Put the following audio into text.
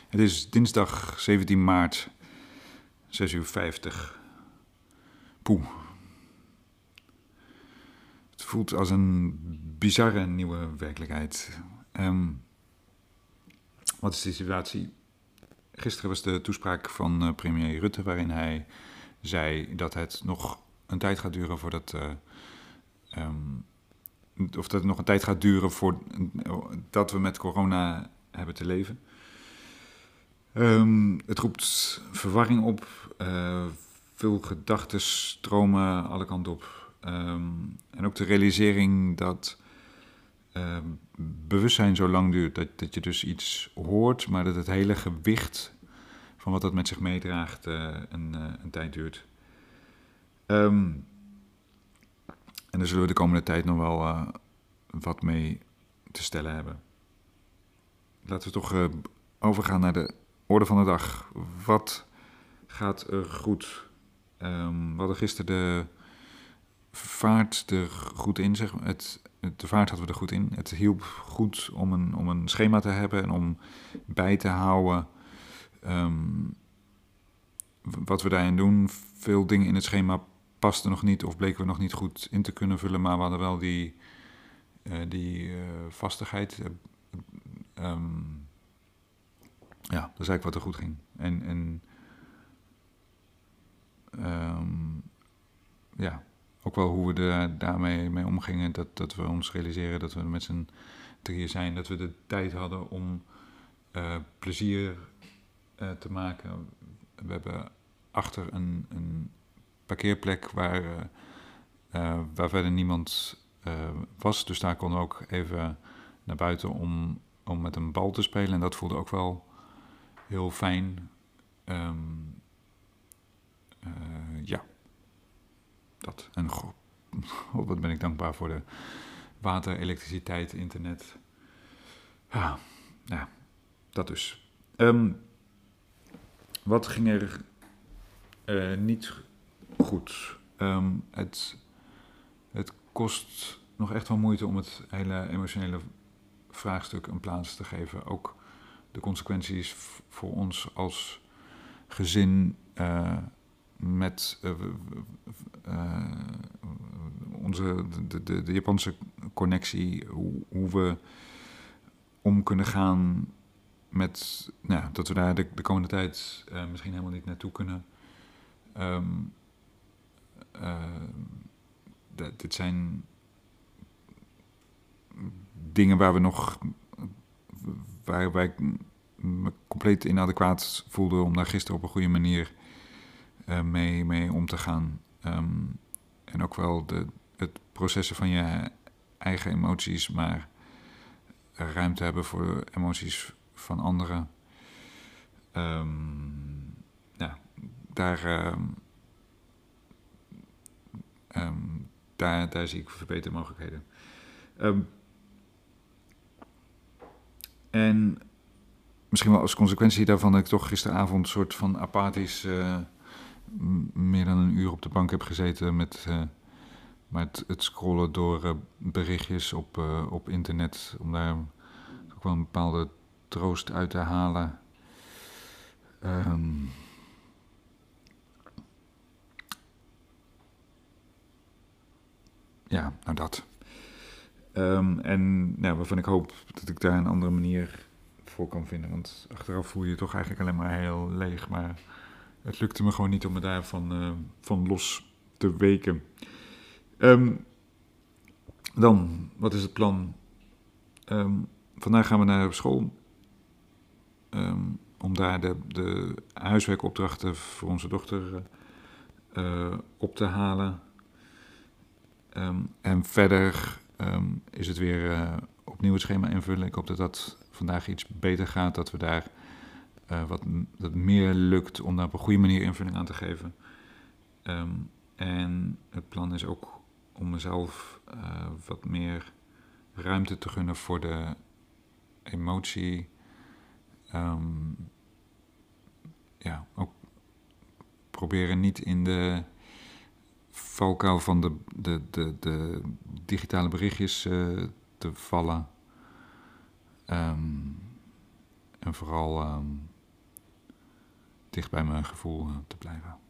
Het is dinsdag 17 maart, 6:50. Poeh. Het voelt als een bizarre nieuwe werkelijkheid. Wat is de situatie? Gisteren was de toespraak van premier Rutte waarin hij zei dat het nog een tijd gaat duren voordat... of dat het nog een tijd gaat duren voordat we met corona hebben te leven. Het roept verwarring op, veel gedachten stromen alle kanten op. En ook de realisering dat bewustzijn zo lang duurt, dat je dus iets hoort, maar dat het hele gewicht van wat dat met zich meedraagt een tijd duurt. En daar zullen we de komende tijd nog wel wat mee te stellen hebben. Laten we toch overgaan naar de orde van de dag. Wat gaat er goed? We hadden gisteren de vaart er goed in. De vaart hadden we er goed in. Het hielp goed om een schema te hebben en om bij te houden wat we daarin doen. Veel dingen in het schema pasten nog niet of bleken we nog niet goed in te kunnen vullen, maar we hadden wel die vastigheid. Ja, dat is eigenlijk wat er goed ging. Ja, ook wel hoe we daarmee mee omgingen. Dat we ons realiseren dat we met z'n drieën zijn. Dat we de tijd hadden om plezier te maken. We hebben achter een parkeerplek waar verder niemand was. Dus daar konden we ook even naar buiten om met een bal te spelen. En dat voelde ook wel heel fijn. Ja, dat. En wat ben ik dankbaar voor de water, elektriciteit, internet. Ja, dat dus. Wat ging er niet goed? Het kost nog echt wel moeite om het hele emotionele vraagstuk een plaats te geven. Ook de consequenties voor ons als gezin met de Japanse connectie, hoe we om kunnen gaan met dat we daar de komende tijd misschien helemaal niet naartoe kunnen. Dit zijn dingen waar ik me compleet inadequaat voelde om daar gisteren op een goede manier mee om te gaan. En ook wel het processen van je eigen emoties, maar ruimte hebben voor emoties van anderen. Daar zie ik verbetermogelijkheden. En misschien wel als consequentie daarvan dat ik toch gisteravond een soort van apathisch meer dan een uur op de bank heb gezeten met het scrollen door berichtjes op internet, om daar ook wel een bepaalde troost uit te halen. Ja, nou dat. En waarvan ik hoop dat ik daar een andere manier voor kan vinden. Want achteraf voel je je toch eigenlijk alleen maar heel leeg. Maar het lukte me gewoon niet om me daarvan los te weken. Dan, wat is het plan? Vandaag gaan we naar school. Om daar de huiswerkopdrachten voor onze dochter op te halen. En verder is het weer opnieuw het schema invullen. Ik hoop dat dat vandaag iets beter gaat. Dat we daar dat meer lukt om daar op een goede manier invulling aan te geven. En het plan is ook om mezelf wat meer ruimte te gunnen voor de emotie. Ook proberen niet in de valkuil van de digitale berichtjes te vallen. En vooral dicht bij mijn gevoel te blijven.